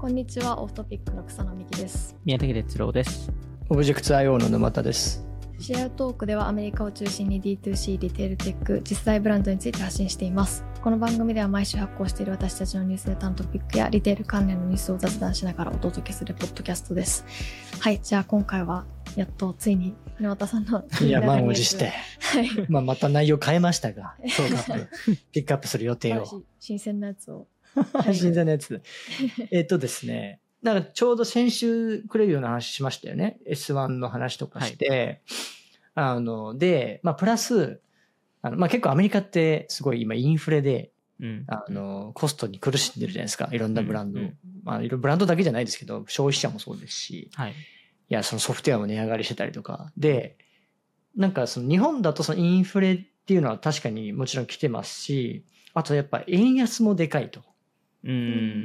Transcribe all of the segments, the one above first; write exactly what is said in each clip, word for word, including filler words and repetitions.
こんにちは、オフトピックの草野美希です。 宮武哲郎です。 オブジェクト アイオー の沼田です。 シェアトークではアメリカを中心に ディーツーシー リテールテック、実際ブランドについて発信しています。この番組では毎週発行している私たちのニュースレターのトピックやリテール関連のニュースを雑談しながらお届けするポッドキャストです。はい、じゃあ今回はやっとついに沼田さんのいや満を持して、はい、まあまた内容変えましたが、そうだピックアップする予定を新鮮なやつを新鮮なやつえっとですね、なんかちょうど先週クレビオの話しましたよね。 エスワン の話とかして、はい、あので、まあ、プラスあの、まあ、結構アメリカってすごい今インフレで、うん、あのコストに苦しんでるじゃないですか、いろんなブランド、うんうん、まあ、いろいろブランドだけじゃないですけど消費者もそうですし、はい、いやそのソフトウェアも値上がりしてたりとかで、なんかその日本だとそのインフレっていうのは確かにもちろん来てますし、あとやっぱ円安もでかいと。うん、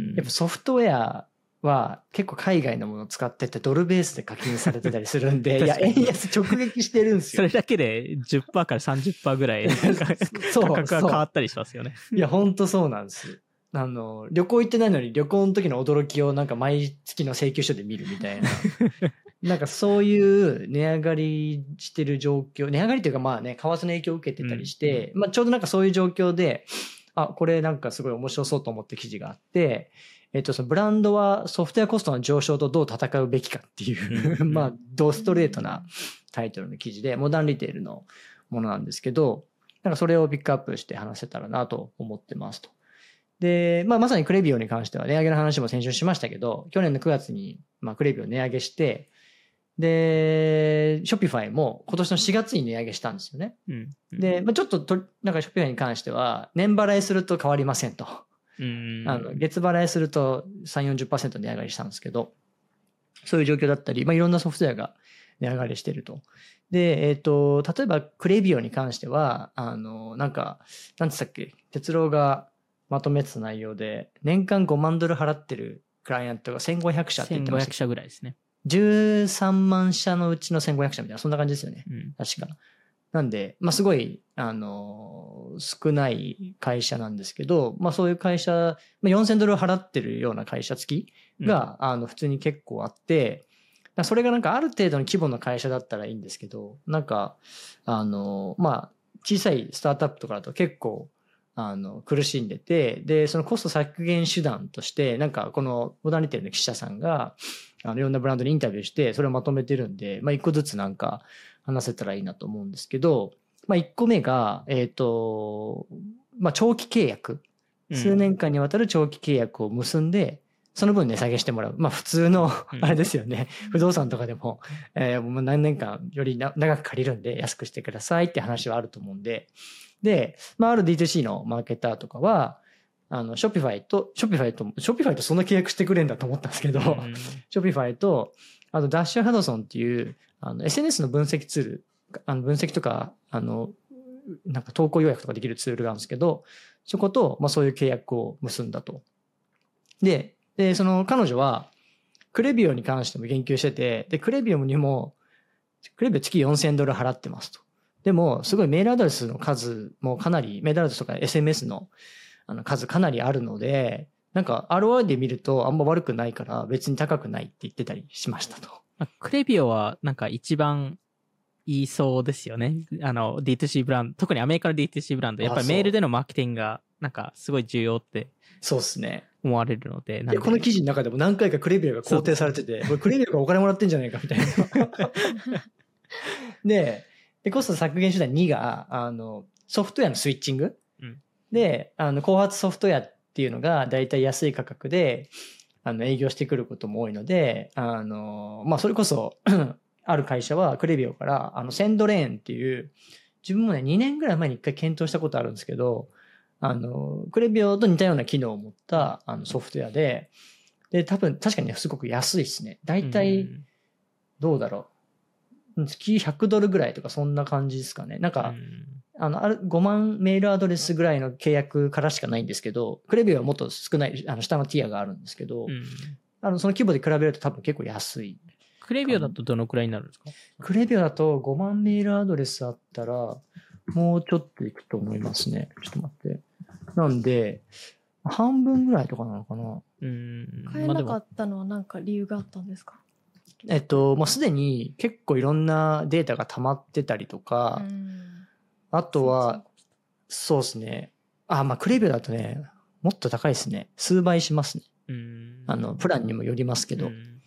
やっぱソフトウェアは結構海外のものを使っててドルベースで課金されてたりするんでいや円安直撃してるんですよ。 それだけで じゅっパーセント から さんじゅっパーセント ぐらい価格が変わったりしますよね。 いや本当そうなんです。あの旅行行ってないのに旅行の時の驚きをなんか毎月の請求書で見るみたいななんかそういう値上がりしてる状況、値上がりというかまあね為替の影響を受けてたりして、うん、まあちょうどなんかそういう状況で、あ、これなんかすごい面白そうと思って記事があって、えっと、そのブランドはソフトウェアコストの上昇とどう戦うべきかっていう、まあ、ドストレートなタイトルの記事で、モダンリテールのものなんですけど、なんかそれをピックアップして話せたらなと思ってますと。で、まあ、まさにクレビオに関しては値上げの話も先週しましたけど、去年のくがつに、まあ、クレビオ値上げして、で、ショピファイも今年のしがつに値上げしたんですよね。うんうん、で、まあ、ちょっとと、なんかショピファイに関しては、年払いすると変わりませんと。うん、あの月払いすると さんじゅう、よんじゅっパーセント 値上がりしたんですけど、そういう状況だったり、まあ、いろんなソフトウェアが値上がりしてると。で、えっと、例えばクレビオに関しては、あの、なんか、なんつったっけ、哲郎がまとめてた内容で、年間ごまんドル払ってるクライアントがせんごひゃくしゃって言ってました。 せんごひゃくしゃぐらいですね。 じゅうさんまんしゃのうちのせんごひゃくしゃみたいな、そんな感じですよね。うん、確か。なんで、まあ、すごい、あの、少ない会社なんですけど、まあ、そういう会社、まあ、よんせんドル払ってるような会社付きが、うん、あの、普通に結構あって、それがなんかある程度の規模の会社だったらいいんですけど、なんか、あの、まあ、小さいスタートアップとかだと結構、あの、苦しんでて、で、そのコスト削減手段として、なんかこのモダンリテールの記者さんが、あの、いろんなブランドにインタビューして、それをまとめてるんで、まあ、一個ずつなんか話せたらいいなと思うんですけど、まあ、一個目が、えっと、まあ、長期契約。数年間にわたる長期契約を結んで、その分値下げしてもらう。まあ、普通の、あれですよね。うん、不動産とかでも、えー、もう何年間より長く借りるんで安くしてくださいって話はあると思うんで、で、まあ、ある ディーツーシー のマーケターとかは、あの、ショピファイと、ショピファイと、ショピファイとそんな契約してくれんだと思ったんですけど、うん、ショピファイと、あとダッシュハドソンっていう、あの、エスエヌエス の分析ツール、あの、分析とか、あの、なんか投稿予約とかできるツールがあるんですけど、そこと、まあそういう契約を結んだと。で、で、その彼女は、クレビオに関しても言及してて、で、クレビオにも、クレビオ月よんせんドル払ってますと。でも、すごいメールアドレスの数もかなり、メールアドレスとか エスエムエス のあの数かなりあるので、なんか アールオーアイ で見るとあんま悪くないから別に高くないって言ってたりしましたと。 クレビオはなんか一番言いそうですよね。あの ディーツーシー ブランド、特にアメリカの ディーツーシー ブランド、やっぱりメールでのマーケティングがなんかすごい重要ってそうですね。 思われるので、 でこの記事の中でも何回かクレビオが肯定されてて、これクレビオがお金もらってんじゃないかみたいな。で、でコスト削減手段にがあのソフトウェアのスイッチング、うん、で、あの後発ソフトウェアっていうのがだいたい安い価格であの営業してくることも多いので、あのまあそれこそある会社はクレビオからあのセンドレーンっていう自分もねにねんぐらい前に一回検討したことあるんですけど、あのクレビオと似たような機能を持ったあのソフトウェアで、で多分確かにねすごく安いですね。だいたいどうだろう、月ひゃくドルぐらいとかそんな感じですかね。なんか、うん、あのあるごまんメールアドレスぐらいの契約からしかないんですけど、クレビオはもっと少ないあの下のティアがあるんですけど、うん、あのその規模で比べると多分結構安い。 クレビオだとどのくらいになるんですか？ クレビオだとごまんメールアドレスあったらもうちょっといくと思いますね。ちょっと待って。なんで、 半分ぐらいとかなのかな。 うん。 変えなかったのは何か理由があったんですか？ えっと、もうすでに結構いろんなデータが溜まってたりとか、あとは、そうですね。あ、まあ、クレビューだとね、もっと高いですね。数倍しますね。 うんあの、プランにもよりますけど。 うん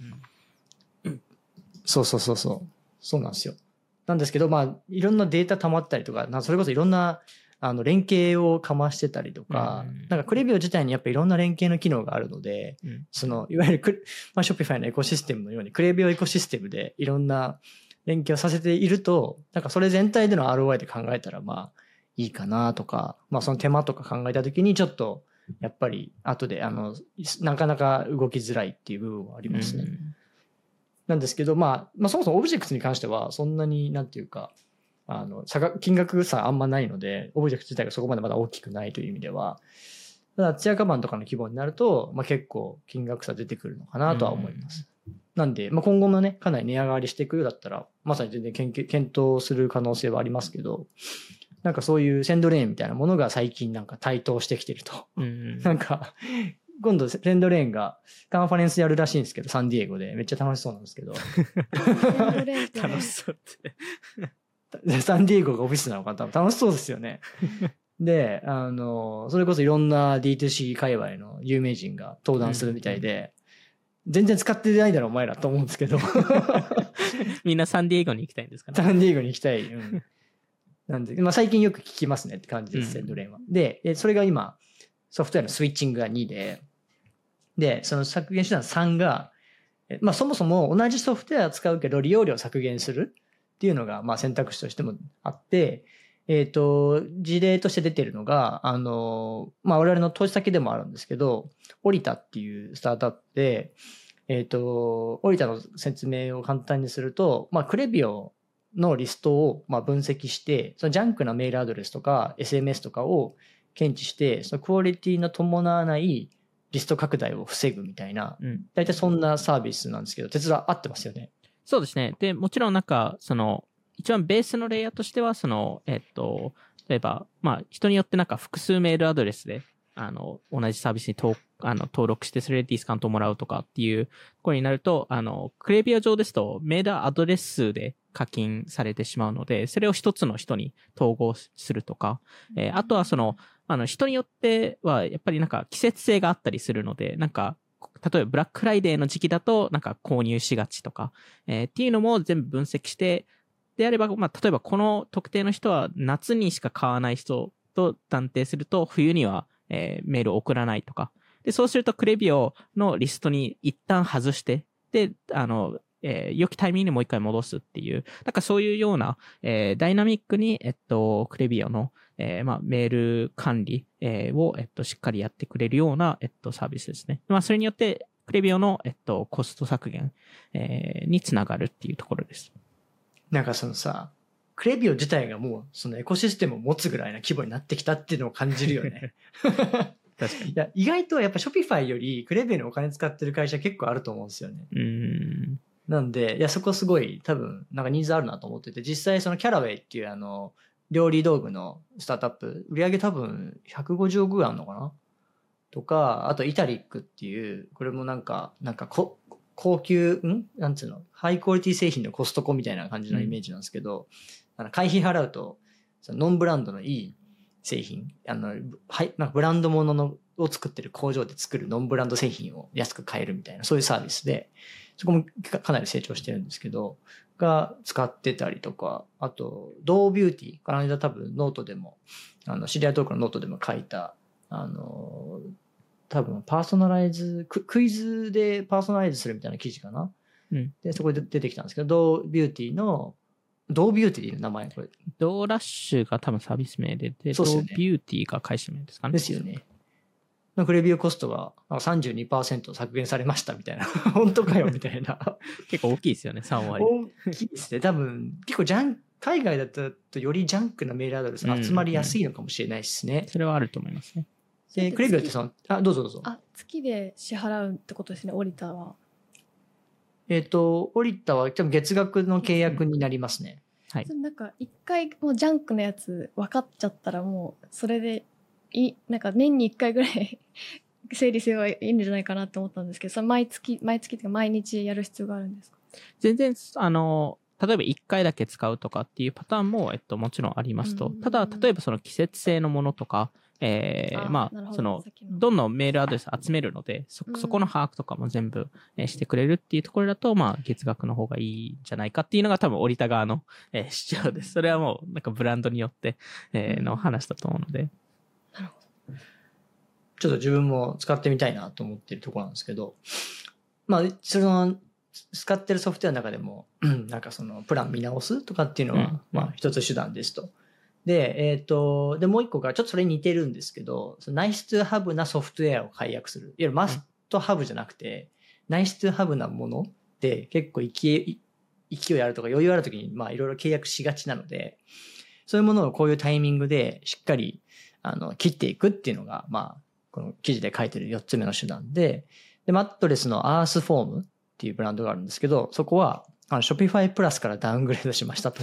そうそうそうそう。そうなんですよ。なんですけど、まあ、いろんなデータ溜まったりとか、なそれこそいろんな、あの、連携をかましてたりとか、 うんなんかクレビュー自体にやっぱいろんな連携の機能があるので、 うん、 その、いわゆるク、まあ、ショピファイのエコシステムのように、クレビューエコシステムでいろんな連携をさせていると、なんかそれ全体での アールオーアイ で考えたら、まあ、いいかなとか、まあ、その手間とか考えたときに、ちょっと、やっぱり、後で、あの、なかなか動きづらいっていう部分はありますね。 うんなんですけど、まあ、まあ、そもそもオブジェクトに関しては、そんなになんていうか、あの、差が、金額差あんまないので、オブジェクト自体がそこまでまだ大きくないという意味では、ただ、ツヤカバンとかの規模になると、まあ結構金額差出てくるのかなとは思います。なんで、まあ今後もね、かなり値上がりしていくようだったら、まさに全然研究、検討する可能性はありますけど、なんかそういうセンドレーンみたいなものが最近なんか台頭してきてると。 うんなんか、今度センドレーンがカンファレンスやるらしいんですけど、サンディエゴでめっちゃ楽しそうなんですけど。 楽しそうって。 サンディエゴがオフィスなのかな、多分楽しそうですよね。で、あの、それこそいろんな ディーツーシー 界隈の有名人が登壇するみたいで、うん、全然使ってないだろお前らと思うんですけど。 みんなサンディエゴに行きたいんですかね。 サンディエゴに行きたい。うん、なんで、まあ最近よく聞きますねって感じです、うん、センドレーンは。で、それが今、ソフトウェアのスイッチングがにで、で、その削減手段さんが、まあそもそも同じソフトウェアを使うけど利用量を削減するっていうのが、まあ選択肢としてもあって、えっと、事例として出てるのが、あの、まあ我々の投資先でもあるんですけど、オリタっていうスタートアップで、えっと、オリタの説明を簡単にすると、まあクレビオのリストをまあ分析して、そのジャンクなメールアドレスとか エスエムエス とかを検知して、そのクオリティの伴わないリスト拡大を防ぐみたいな、うん、大体そんなサービスなんですけど、哲郎合ってますよね。 そうですね。で、もちろんなんか、その、一番ベースのレイヤーとしては、その、えっと、例えば、まあ、人によってなんか複数メールアドレスで、あの、同じサービスにとあの登録して、それでディスカウントをもらうとかっていうところになると、あの、クレビア上ですと、メールアドレス数で課金されてしまうので、それを一つの人に統合するとか、えー、あとはその、あの、人によっては、やっぱりなんか季節性があったりするので、なんか、例えばブラックフライデーの時期だと、なんか購入しがちとか、えー、っていうのも全部分析して、であれば、まあ、例えばこの特定の人は夏にしか買わない人と断定すると、冬には、えー、メールを送らないとか。で、そうするとクレビオのリストに一旦外して、で、あの、えー、良きタイミングにもう一回戻すっていう、なんかそういうような、えー、ダイナミックに、えっと、クレビオの、えー、まあ、メール管理、えー、を、えっと、しっかりやってくれるような、えっと、サービスですね。まあ、それによって、クレビオの、えっと、コスト削減、えー、につながるっていうところです。 なんかそのさ、クレビオ自体がもうそのエコシステムを持つぐらいな規模になってきたっていうのを感じるよね。 確かに。 いや、意外とやっぱショピファイよりクレビオにお金使ってる会社結構あると思うんですよね。 うーん。 なんで、いや、そこすごい多分なんかニーズあるなと思ってて、実際そのキャラウェイっていうあの、料理道具のスタートアップ、売上多分ひゃくごじゅうおくぐらいあるのかなとか、あとイタリックっていう、これもなんか、なんかこ、高級、んなんつうのハイクオリティ製品のコストコみたいな感じのイメージなんですけど、うん、あの会費払うと、そのノンブランドのいい製品、あの、はい、なんかブランドもののを作ってる工場で作るノンブランド製品を安く買えるみたいな、そういうサービスで、そこもかなり成長してるんですけど、が使ってたりとか、あと、ドービューティー、この間多分ノートでも、あの、知り合いトークのノートでも書いた、あの、多分パーソナライズク、クイズでパーソナライズするみたいな記事かな。うん、で、そこで出てきたんですけど、ドービューティーの、ドービューティーの名前これ。 ドーラッシュが多分サービス名で、で、 そうですよね、 ドービューティーが会社名ですかね。 ですよね。クレビューコストが さんじゅうにパーセント 削減されましたみたいな。本当かよみたいな。 結構大きいですよね、さんわり。 大きいですね。多分、結構ジャン、海外だとよりジャンクなメールアドレス集まりやすいのかもしれないですね。うんうん、 それはあると思いますね。 で、クレビューってその、あ、どうぞどうぞ。 あ、月で支払うってことですね、オリタは。 えっ、ー、と、オリタは多分月額の契約になりますね。 うん、はい。 なんか、一回もうジャンクのやつ分かっちゃったらもう、それでいなんか年にいっかいぐらい整理すればいいんじゃないかなと思ったんですけど、その毎月毎月っていうか毎日やる必要があるんですか？ 全然あの例えばいっかいだけ使うとかっていうパターンも、えっと、もちろんありますと。ただ、例えばその季節性のものとか、えー、まあ、その、どんどんメールアドレス集めるので、そ、そこの把握とかも全部、えー、してくれるっていうところだと、まあ、月額の方がいいんじゃないかっていうのが多分、折田側の、えー、主張です。それはもう、なんかブランドによって、えー、の話だと思うので。 なるほど。ちょっと自分も使ってみたいなと思っているところなんですけど、まあ、その、使ってるソフトウェアの中でも、なんかそのプラン見直すとかっていうのは、うん、まあ一つ手段ですと。で、えっと、で、もう一個がちょっとそれに似てるんですけど、ナイストゥハブなソフトウェアを解約する。いわゆるマストハブじゃなくて、ナイストゥハブなものって結構勢い、勢いあるとか余裕あるときに、まあいろいろ契約しがちなので、そういうものをこういうタイミングでしっかり、あの、切っていくっていうのが、まあ、この記事で書いてるよっつめの手段で、で、マットレスのアースフォームっていうブランドがあるんですけど、そこは、あの、Shopify プラスからダウングレードしましたと。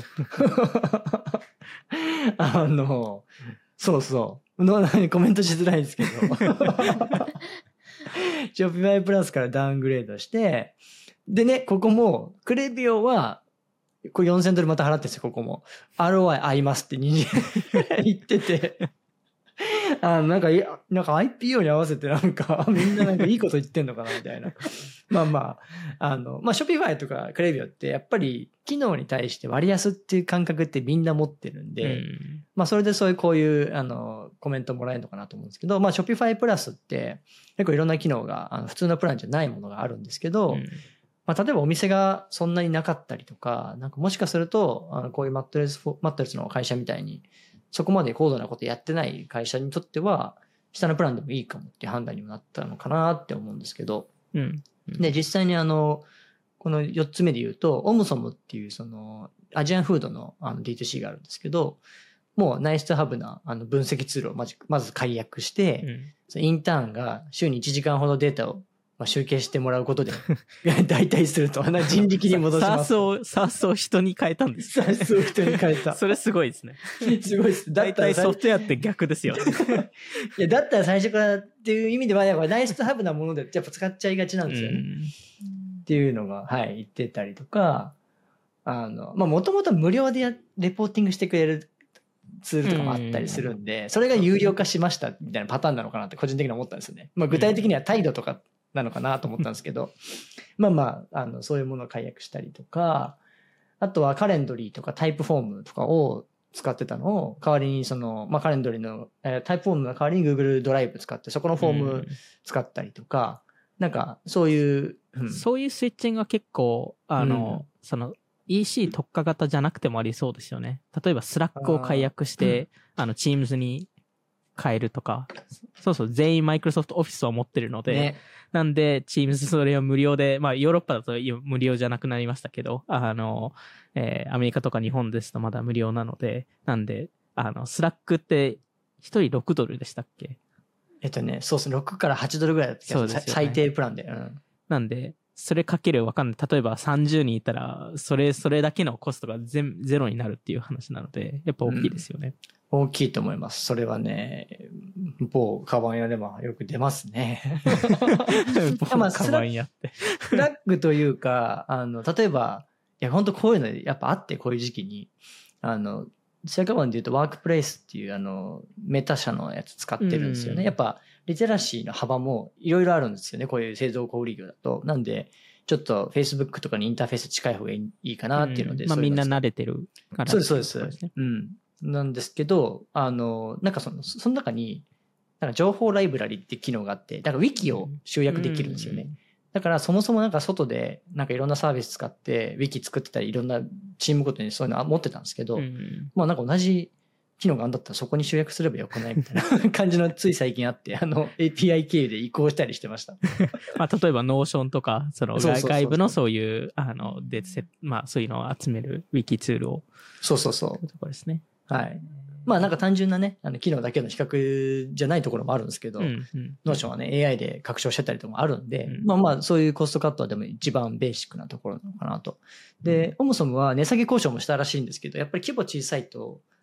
あの、そうそう。のコメントしづらいんですけど。Shopify プラスからダウングレードして、でね、ここも、クレビオは、これよんせんドルまた払ってるんですよ、ここも。アールオーアイ 合いますってにじゅう言ってて。あの、なんか、なんか アイピーオー に合わせてなんか、みんななんかいいこと言ってんのかなみたいな。まあまあ、あの、まあ、Shopify とかクレビオってやっぱり機能に対して割安っていう感覚ってみんな持ってるんで、うん、まあそれでそういうこういう、あの、コメントもらえるのかなと思うんですけど、まあ Shopify プラスって結構いろんな機能が、あの普通のプランじゃないものがあるんですけど、うん、まあ例えばお店がそんなになかったりとか、なんかもしかすると、あのこういうマットレス、マットレスの会社みたいに、そこまで高度なことやってない会社にとっては、下のプランでもいいかもっていう判断にもなったのかなって思うんですけど、 うんで、実際にあの、このよっつめで言うと、オムソムっていうその、アジアンフードのあの ディーツーシー があるんですけど、もうナイストハブなあの分析ツールをまず、まず解約して、うん、インターンが週にいちじかんほどデータをまあ集計してもらうことで、代替すると、人力に戻します。 サースを、サースを人に変えたんです、 ね。サースを人に変えた。 それすごいですね。 すごいです。 だいたいソフトウェアって逆ですよ。 いや、だったら最初からっていう意味では、ナイストハブなものでやっぱ使っちゃいがちなんですよね。っていうのが、はい、言ってたりとか、あの、まあ、もともと無料でやレポーティングしてくれるツールとかもあったりするんで、それが有料化しましたみたいなパターンなのかなって個人的には思ったんですよね。まあ、具体的には態度とか、なのかなと思ったんですけど、まあまあ、あの、そういうものを解約したりとか、あとはカレンドリーとかタイプフォームとかを使ってたのを、代わりにその、まあカレンドリーの、えー、タイプフォームの代わりに Google ドライブ使って、そこのフォーム使ったりとか、うん、なんか、そういう、 うん、そういうスイッチングは結構、あの、うん、その、イーシー 特化型じゃなくてもありそうですよね。例えば、スラックを解約して、あ,、うん、あの、Teams に変えるとか、そうそう、全員 Microsoft Office を持ってるので、ね、なんで、Teams それを無料で、まあ、ヨーロッパだと無料じゃなくなりましたけど、あの、えー、アメリカとか日本ですとまだ無料なので、なんで、あの、スラックって一人ろくドルでしたっけ？ えっとね、そうですね、ろくからはちドルぐらいだったけど、ね、最低プランで。うん、 なんで、それかけるわかんない。例えばさんじゅうにんいたら、それ、それだけのコストが全ゼロになるっていう話なので、やっぱ大きいですよね。 うん、大きいと思います。それはね、某カバン屋でもよく出ますね。 某カバン屋って。 フラッグというか、あの、例えば、いや、本当こういうのやっぱあって、こういう時期に、あの、シェアカバンで言うとワークプレイスっていうあの、メタ社のやつ使ってるんですよね。やっぱ、リテラシーの幅もいろいろあるんですよね。こういう製造小売業だと。なんで、ちょっと Facebook とかにインターフェース近い方がいいかなっていうので。 うん、まあみんな慣れてるから。 そうです、そうです。うん。なんですけど、あの、なんかその、その中に、なんか情報ライブラリって機能があって、なんかウィキを集約できるんですよね。うんうん、だからそもそもなんか外でなんかいろんなサービス使ってウィキ作ってたりいろんなチームごとにそういうの持ってたんですけど、うんうん、まあなんか同じ機能があるんだったらそこに集約すればよくないみたいな感じのつい最近あって、あの エーピーアイ 経由で移行したりしてました。 まあ例えばノーションとか、その外部のそういう、あの、で、まあそういうのを集めるウィキツールを。 そうそうそう。 ところですね。 はい。まあなんか単純なね、あの機能だけの比較じゃないところもあるんですけど、うんうん、ノーションはね、エーアイ で拡張してたりとかもあるんで、うん、まあまあそういうコストカットはでも一番ベーシックなところなのかなと。で、うん、オムソムは値下げ交渉もしたらしいんですけど、やっぱり規模小さいと、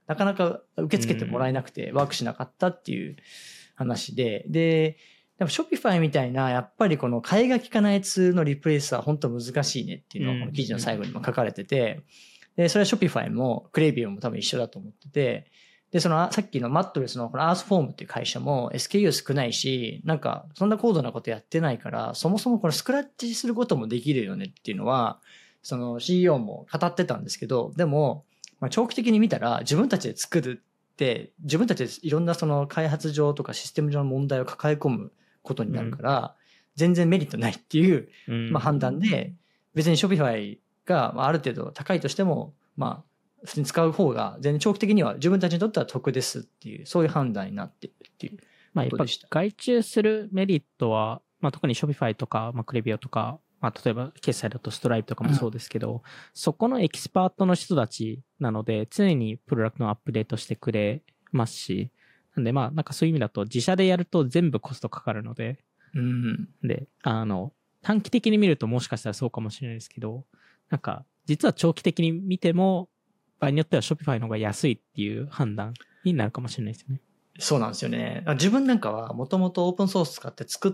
なかなか受け付けてもらえなくてワークしなかったっていう話で、で、でも Shopify みたいなやっぱりこの替えが利かないツールのリプレイスは本当難しいねっていうのをこの記事の最後にも書かれてて、で、それは Shopify も Klaviyo も多分一緒だと思ってて、で、そのさっきのマットレスのこの Earthform っていう会社も エスケーユー 少ないし、なんかそんな高度なことやってないから、そもそもこれスクラッチすることもできるよねっていうのは、その シーイーオー も語ってたんですけど、でも、まあ、長期的に見たら自分たちで作るって、自分たちでいろんなその開発上とかシステム上の問題を抱え込むことになるから、うん、全然メリットないっていう、まあ、判断で、別に Shopify がある程度高いとしても、まあ、普通に使う方が全然長期的には自分たちにとっては得ですっていう、そういう判断になっているっていうことでした。 まあ、やっぱ外注するメリットは、まあ、特に Shopify とか、まあ、Klaviyo とか、まあ、例えば決済だと Stripe とかもそうですけど、うん、そこのエキスパートの人たちなので、常にプロダクトのアップデートしてくれますし、なんでまあ、なんかそういう意味だと自社でやると全部コストかかるので、 うん、 で、あの、短期的に見るともしかしたらそうかもしれないですけど、なんか、実は長期的に見ても、場合によっては Shopify の方が安いっていう判断になるかもしれないですよね。 そうなんですよね。自分なんかはもともとオープンソース使って作って、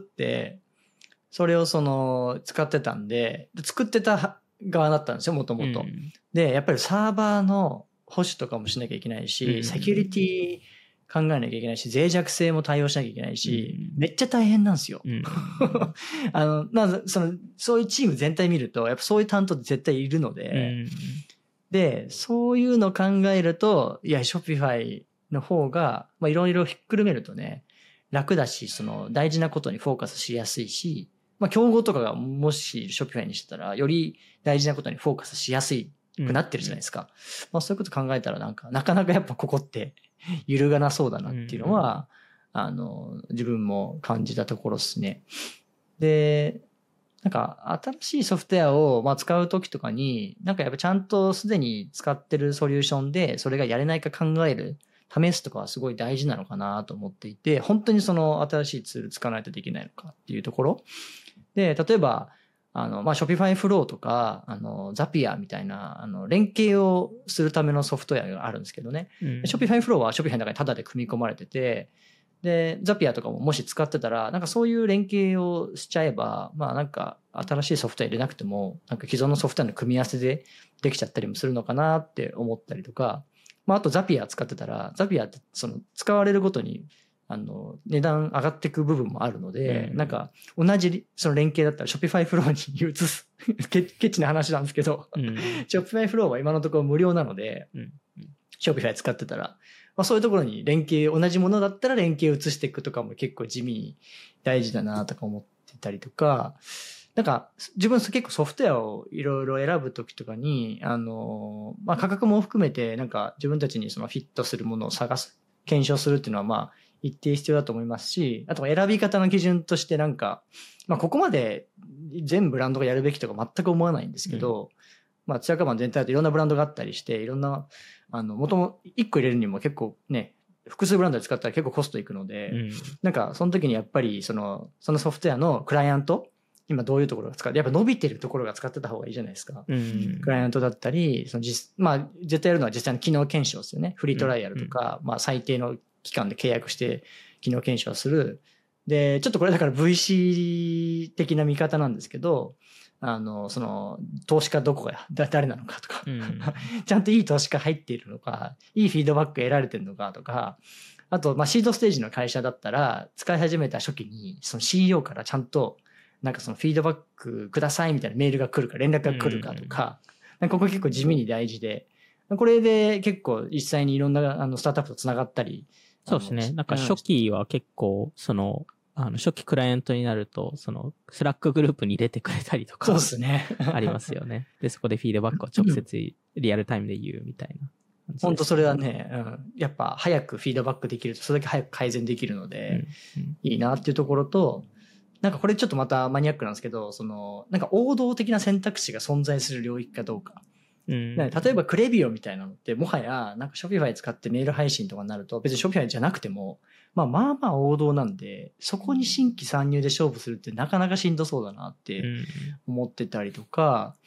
それをその使ってたんで、作ってた側だったんですよ、もともと。で、やっぱりサーバーの保守とかもしなきゃいけないし、うん、セキュリティ考えなきゃいけないし、脆弱性も対応しなきゃいけないし、うん、めっちゃ大変なんですよ。うん、あの、まず、その、そういうチーム全体見ると、やっぱそういう担当って絶対いるので、うん、で、そういうのを考えると、いや、Shopify の方が、まあ、いろいろひっくるめるとね、楽だし、その、大事なことにフォーカスしやすいし、まあ、競合とかがもし Shopify にしてたら、より大事なことにフォーカスしやすくなってるじゃないですか。うん、まあ、そういうこと考えたらなんか、なかなかやっぱここって揺るがなそうだなっていうのは、うん、あの、自分も感じたところですね。で、なんか新しいソフトウェアをまあ使うときとかに、なんかやっぱちゃんとすでに使ってるソリューションでそれがやれないか考える、試すとかはすごい大事なのかなと思っていて、本当にその新しいツール使わないとできないのかっていうところ。で、例えば、あの、まあ、Shopify Flow とか、あの、Zapier みたいな、あの、連携をするためのソフトウェアがあるんですけどね。うん、Shopify Flow は Shopify の中にタダで組み込まれてて、で、Zapier とかももし使ってたら、なんかそういう連携をしちゃえば、まあなんか新しいソフトウェア入れなくても、なんか既存のソフトウェアの組み合わせでできちゃったりもするのかなって思ったりとか、まああと Zapier 使ってたら、Zapier ってその使われるごとに、あの、値段上がっていく部分もあるので、うん、なんか同じその連携だったら Shopify Flow に移す、ケチな話なんですけど、うん、Shopify Flow は今のところ無料なので、うん、Shopify 使ってたら、まあ、そういうところに連携、同じものだったら連携を移していくとかも結構地味に大事だなとか思ってたりとか、なんか自分結構ソフトウェアをいろいろ選ぶときとかに、あの、まあ、価格も含めてなんか自分たちにそのフィットするものを探す、検証するっていうのはまあ一定必要だと思いますし、あと選び方の基準としてなんか、まあここまで全ブランドがやるべきとか全く思わないんですけど、うん、まあツヤカバン全体だといろんなブランドがあったりして、いろんな、あの、もともいっこ入れるにも結構ね、複数ブランドで使ったら結構コストいくので、うん、なんかその時にやっぱりその、そのソフトウェアのクライアント、今どういうところが使って、やっぱ伸びてるところが使ってた方がいいじゃないですか。うん、クライアントだったり、その実、まあ絶対やるのは実際の機能検証ですよね。フリートライアルとか、うん、まあ最低の期間で契約して機能検証する。で、ちょっとこれだから ブイシー 的な見方なんですけど、あの、その、投資家どこが、誰なのかとか、うん、ちゃんといい投資家入っているのか、いいフィードバック得られてるのかとか、あと、まあ、シードステージの会社だったら、使い始めた初期に、その シーイーオー からちゃんと、なんかそのフィードバックくださいみたいなメールが来るか、連絡が来るかとか、うん、ここ結構地味に大事で、これで結構実際にいろんなあのスタートアップとつながったり。 そうですね。なんか初期は結構、その、あの初期クライアントになると、そのスラックグループに入れてくれたりとか。 そうですね。 ありますよね。で、そこでフィードバックを直接リアルタイムで言うみたいな。 本当それはね、うん、やっぱ早くフィードバックできると、それだけ早く改善できるので、うんうん、いいなっていうところと、なんかこれちょっとまたマニアックなんですけど、その、なんか王道的な選択肢が存在する領域かどうか。うん、例えばクレビオみたいなのってもはやなんか Shopify 使ってメール配信とかになると別に Shopify じゃなくてもまあまあまあ王道なんでそこに新規参入で勝負するってなかなかしんどそうだなって思ってたりとか、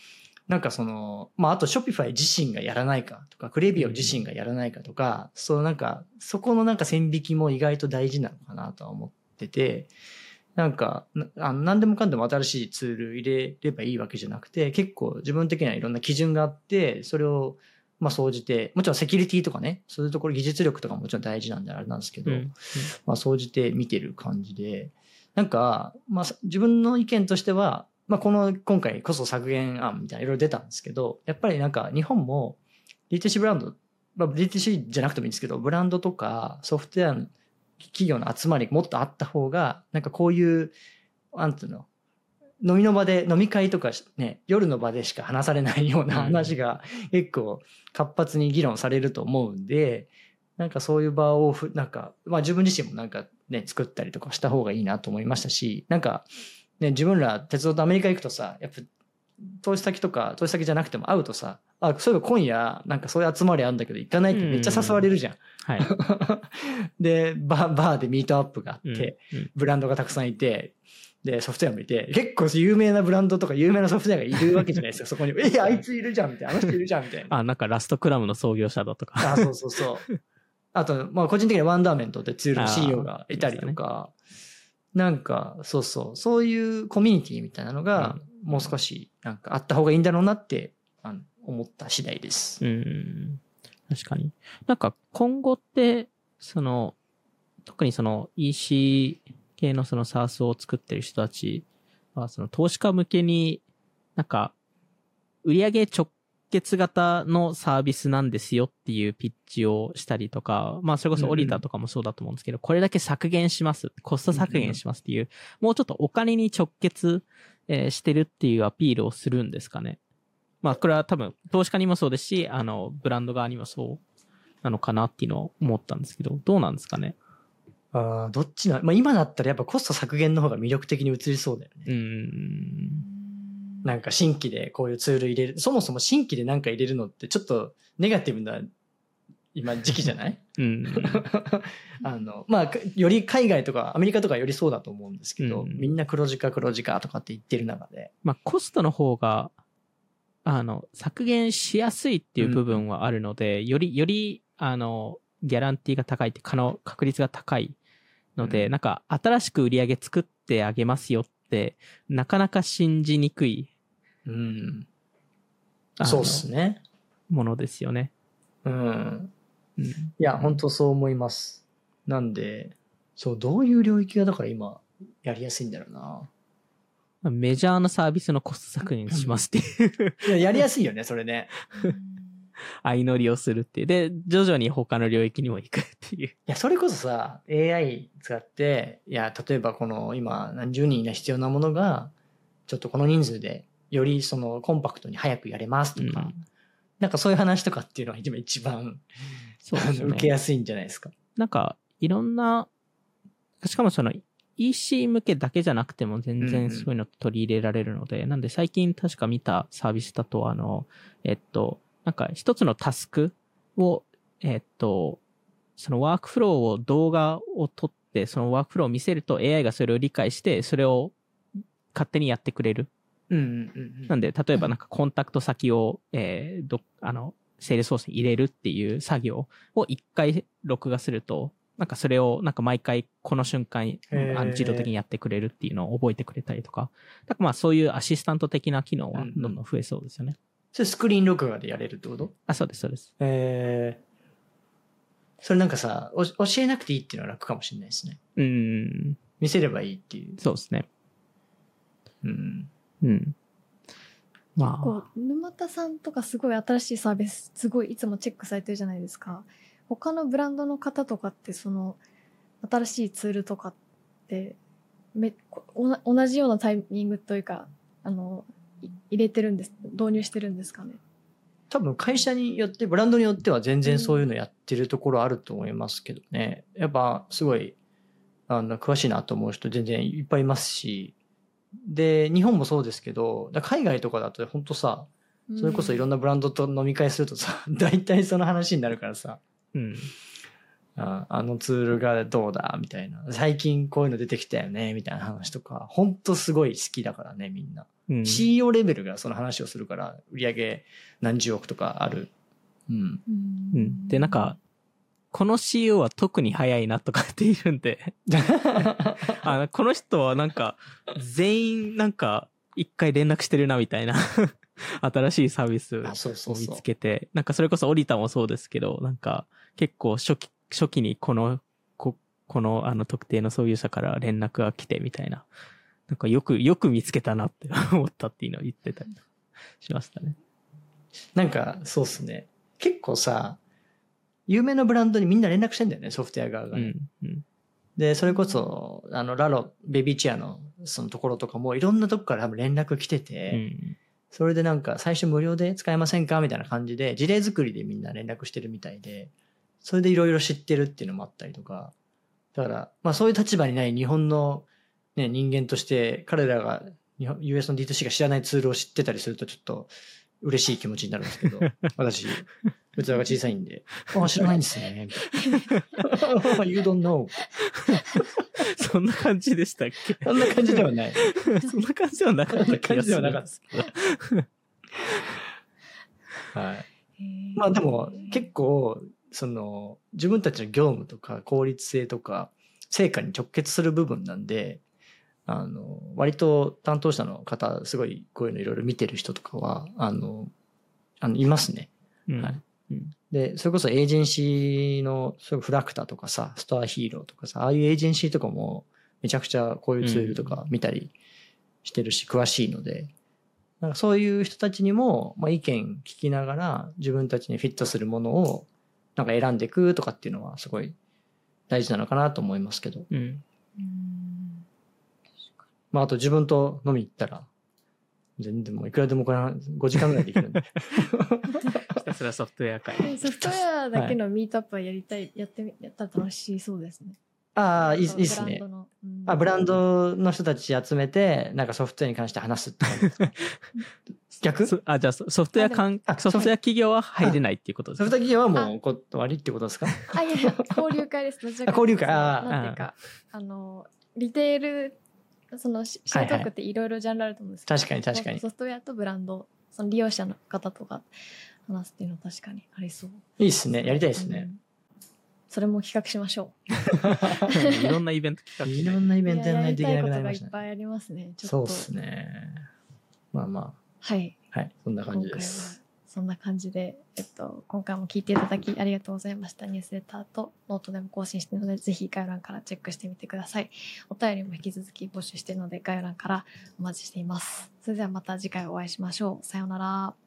なんかその、まあ、あと Shopify 自身がやらないかとか、クレビオ自身がやらないかとか、うん、そうなんか、そこのなんか線引きも意外と大事なのかなとは思ってて、なんか、あの何でもかんでも新しいツール入れればいいわけじゃなくて、結構自分的にはいろんな基準があって、それを、まあ、総じて、もちろんセキュリティとかね、そういうところ技術力とかももちろん大事なんであれなんですけど、うんうん、まあ、総じて見てる感じで、なんか、まあ、自分の意見としては、まあ、この、今回こそ削減案みたいないろいろ出たんですけど、やっぱりなんか日本も ディーツーシー ブランド、まあ、ディーツーシー じゃなくてもいいんですけど、ブランドとかソフトウェアの企業の集まりもっとあった方が、なんかこういう、なんていうの、飲みの場で、飲み会とかね、夜の場でしか話されないような話が結構活発に議論されると思うんで、なんかそういう場をふ、なんか、まあ自分自身もなんかね、作ったりとかした方がいいなと思いましたし、なんかね、自分ら鉄道とアメリカ行くとさ、やっぱ投資先とか、投資先じゃなくても会うとさ、あ、そういえば今夜なんかそういう集まりあるんだけど行かないってめっちゃ誘われるじゃん。 はい。 で、バー、バーでミートアップがあって、うんうん、ブランドがたくさんいて、で、ソフトウェアもいて、結構有名なブランドとか有名なソフトウェアがいるわけじゃないですか、そこに。え、あいついるじゃんみたいな、あの人いるじゃんみたいな。 あ、なんかラストクラムの創業者だとか。 あ、そうそうそう。あと、まあ個人的にはワンダーメントってツールの シーイーオー がいたりとか、ね、なんか、そうそう、そういうコミュニティみたいなのが、もう少しなんかあった方がいいんだろうなって、あの思った次第です。 うん。確かに。なんか今後って、その、特にその イーシー 系のその SaaS を作ってる人たちは、その投資家向けになんか売上直結型のサービスなんですよっていうピッチをしたりとか、まあそれこそオリタとかもそうだと思うんですけど、うんうん、これだけ削減します、コスト削減しますっていう、うんうん、もうちょっとお金に直結、えー、してるっていうアピールをするんですかね。まあこれは多分投資家にもそうですし、あのブランド側にもそうなのかなっていうのを思ったんですけど、どうなんですかね。 ああ、どっちな、まあ今だったらやっぱコスト削減の方が魅力的に映りそうだよね。 うーん。 なんか新規でこういうツール入れる、そもそも新規でなんか入れるのってちょっとネガティブな今時期じゃない？うん。あの、まあ、より海外とかアメリカとかよりそうだと思うんですけど、うん、みんな黒字化黒字化とかって言ってる中で。 まあコストの方が、あの、削減しやすいっていう部分はあるので、うん、より、より、あの、ギャランティーが高いって可能、確率が高いので、うん、なんか新しく売り上げ作ってあげますよってなかなか信じにくい、 うん、そうっすね、 ものですよね。 うん、うん、いや本当そう思います。なんでそうどういう領域がだから今やりやすいんだろうな。 メジャーなサービスのコスト削減しますっていういややりやすいよねそれね。 相乗りをするっていう。で、徐々に他の領域にも行くっていう。いや、それこそさ、エーアイ 使って、いや、例えばこの今何十人が必要なものが、ちょっとこの人数でよりそのコンパクトに早くやれますとか、うん、なんかそういう話とかっていうのが今一番、そうですね、受けやすいんじゃないですか。 なんか、いろんな、しかもその イーシー 向けだけじゃなくても全然そういうの取り入れられるので、うんうん、なんで最近確か見たサービスだと、あの、えっと、なんか一つのタスクを、えっと、そのワークフローを動画を撮って、そのワークフローを見せると エーアイ がそれを理解して、それを勝手にやってくれる。 うんうんうんうん、 なんで、例えばなんかコンタクト先を、えー、ど、あの、セールスフォースに入れるっていう作業を一回録画すると、なんかそれをなんか毎回この瞬間あの自動的にやってくれるっていうのを覚えてくれたりとか。だからまあそういうアシスタント的な機能はどんどん増えそうですよね。うんうん、 それスクリーン録画でやれるってこと？ あ、そうです、そうです。 えー、それなんかさ、お教えなくていいっていうのは楽かもしれないですね。 うん。 見せればいいっていう。 そうですね。 うん。 うん。 まあ。こう、沼田さんとかすごい新しいサービス、すごいいつもチェックされてるじゃないですか。他のブランドの方とかって、その、新しいツールとかって、め、お同じようなタイミングというか、あの、入れてるんです、導入してるんですかね。 多分会社によってブランドによっては全然そういうのやってるところあると思いますけどね。やっぱすごいあの詳しいなと思う人全然いっぱいいますし、で日本もそうですけど、海外とかだと本当さ、それこそいろんなブランドと飲み会するとさ、大体その話になるからさ、 うん、 ああのツールがどうだみたいな、最近こういうの出てきたよねみたいな話とか、ほんとすごい好きだからねみんな、うん、シーイーオー レベルがその話をするから売り上げ何十億とかある、うんうん、でなんかこの シーイーオー は特に早いなとかっているんであこの人はなんか全員なんか一回連絡してるなみたいな新しいサービスを見つけて、なんかそれこそオリタもそうですけど、なんか結構初期初期にこのここのあの特定の創業者から連絡が来てみたいな、なんかよくよく見つけたなって思ったっていうのを言ってたりしましたね。 なんかそうっすね。結構さ、有名なブランドにみんな連絡してんだよね、ソフトウェア側がね。うんうん、でそれこそあのラロベビーチェアのそのところとかもいろんなとこから多分連絡来てて、うん、それでなんか最初無料で使えませんかみたいな感じで事例作りでみんな連絡してるみたいで、それでいろいろ知ってるっていうのもあったりとか、だからまあそういう立場にない日本の、ね、人間として彼らが日本 ユーエス の ディーツーシー が知らないツールを知ってたりするとちょっと嬉しい気持ちになるんですけど私器が小さいんであ知らないんですねYou don't know そんな感じでしたっけ？ そんな感じではないそんな感じではなかった気がするんですけどはい。まあでも結構その自分たちの業務とか効率性とか成果に直結する部分なんで、あの割と担当者の方すごいこういうのいろいろ見てる人とかはあのあのいますね。うん、はい。うん、でそれこそエージェンシーのそれフラクタとかさ、ストアヒーローとかさ、ああいうエージェンシーとかもめちゃくちゃこういうツールとか見たりしてるし、詳しいので、なんかそういう人たちにもまあ意見聞きながら自分たちにフィットするものをなんか選んでいくとかっていうのはすごい大事なのかなと思いますけど。うん。まああと自分と飲み行ったら全然もういくらでもこれごじかんぐらいできるんで。 ひたすらソフトウェア会。 ソフトウェアだけのミートアップはやりたい、やってみ、やったら楽しそうですね。 ああ、いいっすね。あ、ブランドの人たち集めて、なんかソフトウェアに関して話すって感じですか？逆？ あ、じゃあソフトウェアかん、ソフトウェア企業は入れないっていうことですか？ ソフトウェア企業はもう断りってことですか？ あ、いやいや、交流会です。 あ、交流会。ああ。なんていうか、あの、リテール、その、シートークっていろいろジャンルあると思うんですけど、 はいはい、確かに確かに。 ソフトウェアとブランド、その利用者の方とか話すっていうのは確かにありそう。 いいっすね。やりたいですね。うん、 それも企画しましょう。いろんなイベント企画いろんなイベントやらないといけなくなりましたね。 いっぱいありますね。 ちょっとそうですね。まあまあ。 はい。 はい。そんな感じです。 そんな感じで、えっと、今回も聞いていただきありがとうございました。ニュースレターとノートでも更新しているので、ぜひ概要欄からチェックしてみてください。お便りも引き続き募集しているので、概要欄からお待ちしています。それではまた次回お会いしましょう。さようなら。